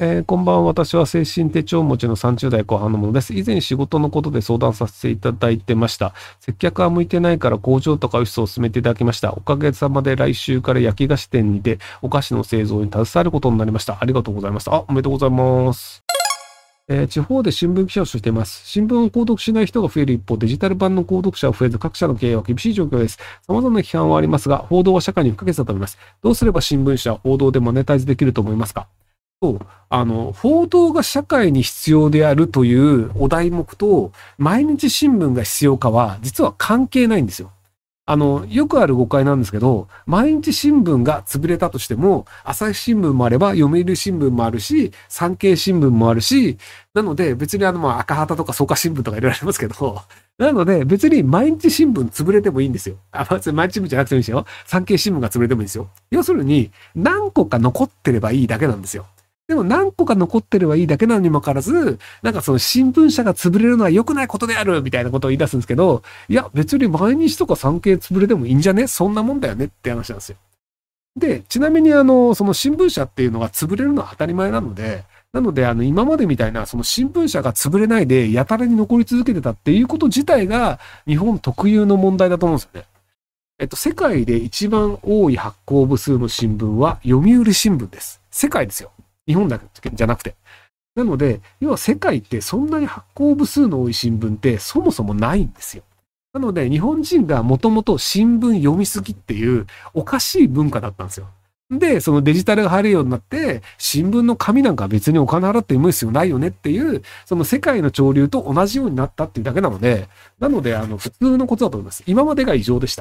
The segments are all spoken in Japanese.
こんばんは。私は精神手帳持ちの30代後半のものです。以前仕事のことで相談させていただいてました。接客は向いてないから工場とかオフィスを進めていただきました。おかげさまで来週から焼き菓子店にてお菓子の製造に携わることになりました。ありがとうございます。おめでとうございます。地方で新聞記者をしています。新聞を購読しない人が増える一方、デジタル版の購読者は増えず、各社の経営は厳しい状況です。様々な批判はありますが、報道は社会に不可欠だと思います。どうすれば新聞社は報道でマネタイズできると思いますか？報道が社会に必要であるというお題目と、毎日新聞が必要かは、実は関係ないんですよ。よくある誤解なんですけど、毎日新聞が潰れたとしても、朝日新聞もあれば、読売新聞もあるし、産経新聞もあるし、なので別に赤旗とか草加新聞とかいろいろありますけど、なので別に毎日新聞潰れてもいいんですよ。別に毎日新聞じゃなくてもいいですよ。産経新聞が潰れてもいいんですよ。要するに、何個か残ってればいいだけなんですよ。でも何個か残ってればいいだけなのにもかかわらず、なんかその新聞社が潰れるのは良くないことであるみたいなことを言い出すんですけど、いや別に毎日とか産経潰れてもいいんじゃね？そんなもんだよねって話なんですよ。で、ちなみにその新聞社っていうのが潰れるのは当たり前なので、今までみたいなその新聞社が潰れないでやたらに残り続けてたっていうこと自体が日本特有の問題だと思うんですよね。世界で一番多い発行部数の新聞は読売新聞です。世界ですよ。日本だけじゃなくて。なので、要は世界ってそんなに発行部数の多い新聞ってそもそもないんですよ。なので、日本人がもともと新聞読みすぎっていうおかしい文化だったんですよ。で、そのデジタルが入るようになって、新聞の紙なんか別にお金払って読む必要ないよねっていう、その世界の潮流と同じようになったっていうだけなので、普通のことだと思います。今までが異常でした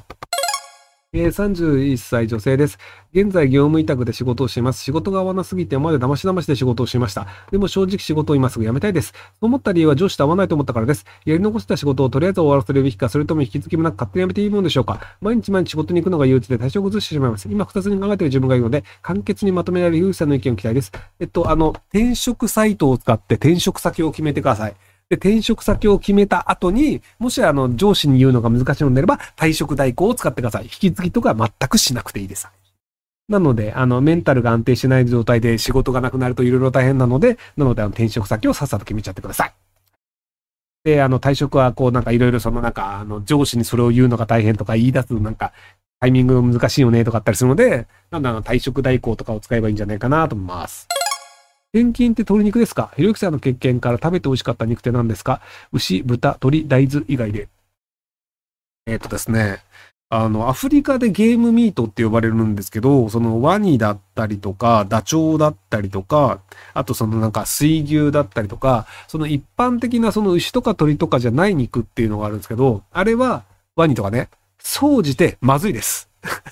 。31歳女性です。現在業務委託で仕事をしています。仕事が合わなすぎて今まで騙し騙しで仕事をしていました。でも正直仕事を今すぐ辞めたいです。そう思った理由は上司と合わないと思ったからです。やり残した仕事をとりあえず終わらせるべきか、それとも引き継ぎもなく勝手に辞めていいものでしょうか。毎日仕事に行くのが憂鬱で体調を崩してしまいます。今二つに考えている自分がいるので、簡潔にまとめられる有志さんの意見を期待です。転職サイトを使って転職先を決めてください。で、転職先を決めた後に、もし上司に言うのが難しいのであれば、退職代行を使ってください。引き継ぎとか全くしなくていいです。なので、メンタルが安定しない状態で仕事がなくなるといろいろ大変なので、転職先をさっさと決めちゃってください。で、退職は、いろいろ上司にそれを言うのが大変とか言い出す、タイミング難しいよねとかあったりするので、退職代行とかを使えばいいんじゃないかなと思います。転勤って鶏肉ですか？ひろゆきさんの経験から食べて美味しかった肉って何ですか？牛、豚、鶏、大豆以外で。ですね。アフリカでゲームミートって呼ばれるんですけど、そのワニだったりとか、ダチョウだったりとか、あと水牛だったりとか、その一般的なその牛とか鶏とかじゃない肉っていうのがあるんですけど、あれはワニとかね、総じてまずいです。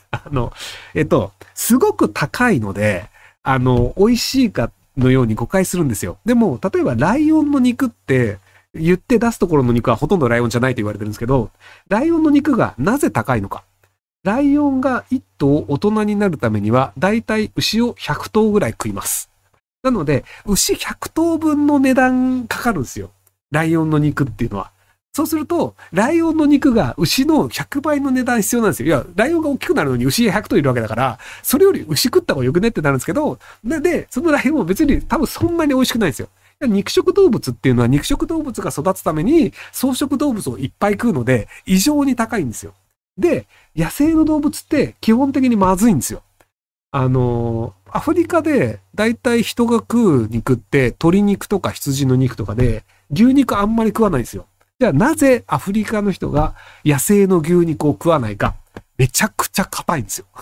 すごく高いので、美味しいかのように誤解するんですよ。でも、例えばライオンの肉って言って出すところの肉はほとんどライオンじゃないと言われてるんですけど、ライオンの肉がなぜ高いのか。ライオンが1頭大人になるためには、だいたい牛を100頭ぐらい食います。なので、牛100頭分の値段かかるんですよ。ライオンの肉っていうのは。そうすると、ライオンの肉が牛の100倍の値段必要なんですよ。いや、ライオンが大きくなるのに牛100頭いるわけだから、それより牛食った方がよくねってなるんですけど、で、そのライオンも別に多分そんなに美味しくないんですよ。肉食動物っていうのは肉食動物が育つために草食動物をいっぱい食うので異常に高いんですよ。で、野生の動物って基本的にまずいんですよ。アフリカでだいたい人が食う肉って鶏肉とか羊の肉とかで牛肉あんまり食わないんですよ。じゃあなぜアフリカの人が野生の牛肉を食わないか。めちゃくちゃ硬いんですよ。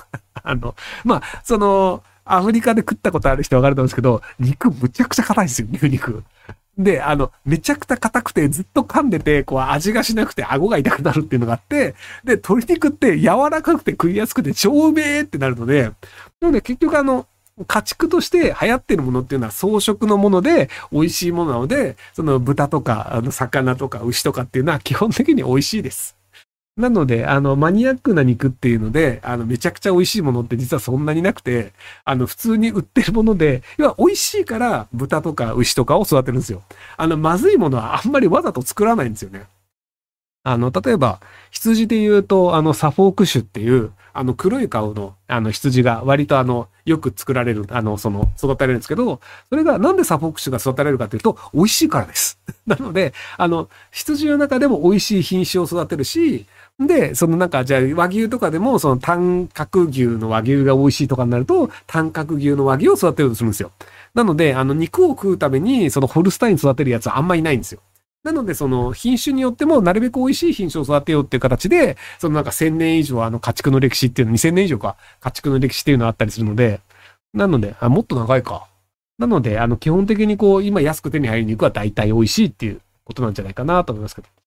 アフリカで食ったことある人はわかると思うんですけど、肉むちゃくちゃ硬いんですよ、牛肉。で、めちゃくちゃ硬くてずっと噛んでて、味がしなくて顎が痛くなるっていうのがあって、で、鶏肉って柔らかくて食いやすくて超うめーってなるので、なので結局家畜として流行ってるものっていうのは草食のもので美味しいものなので、その豚とか、魚とか牛とかっていうのは基本的に美味しいです。なので、マニアックな肉っていうので、めちゃくちゃ美味しいものって実はそんなになくて、普通に売ってるもので、要は美味しいから豚とか牛とかを育てるんですよ。まずいものはあんまりわざと作らないんですよね。 例えば、羊で言うと、サフォーク種っていう、黒い顔の、羊が割とよく作られる、育てられるんですけど、それがなんでサフォーク種が育てられるかというと、美味しいからです。なので、羊の中でも美味しい品種を育てるし、で、じゃあ和牛とかでも、短角牛の和牛が美味しいとかになると、短角牛の和牛を育てようとするんですよ。なので、肉を食うために、ホルスタイン育てるやつはあんまいないんですよ。なので、品種によっても、なるべく美味しい品種を育てようっていう形で、1000年以上家畜の歴史っていうの、2000年以上か、家畜の歴史っていうのがあったりするので、なので、もっと長いか。なので、基本的に今安く手に入る肉は大体美味しいっていうことなんじゃないかなと思いますけど。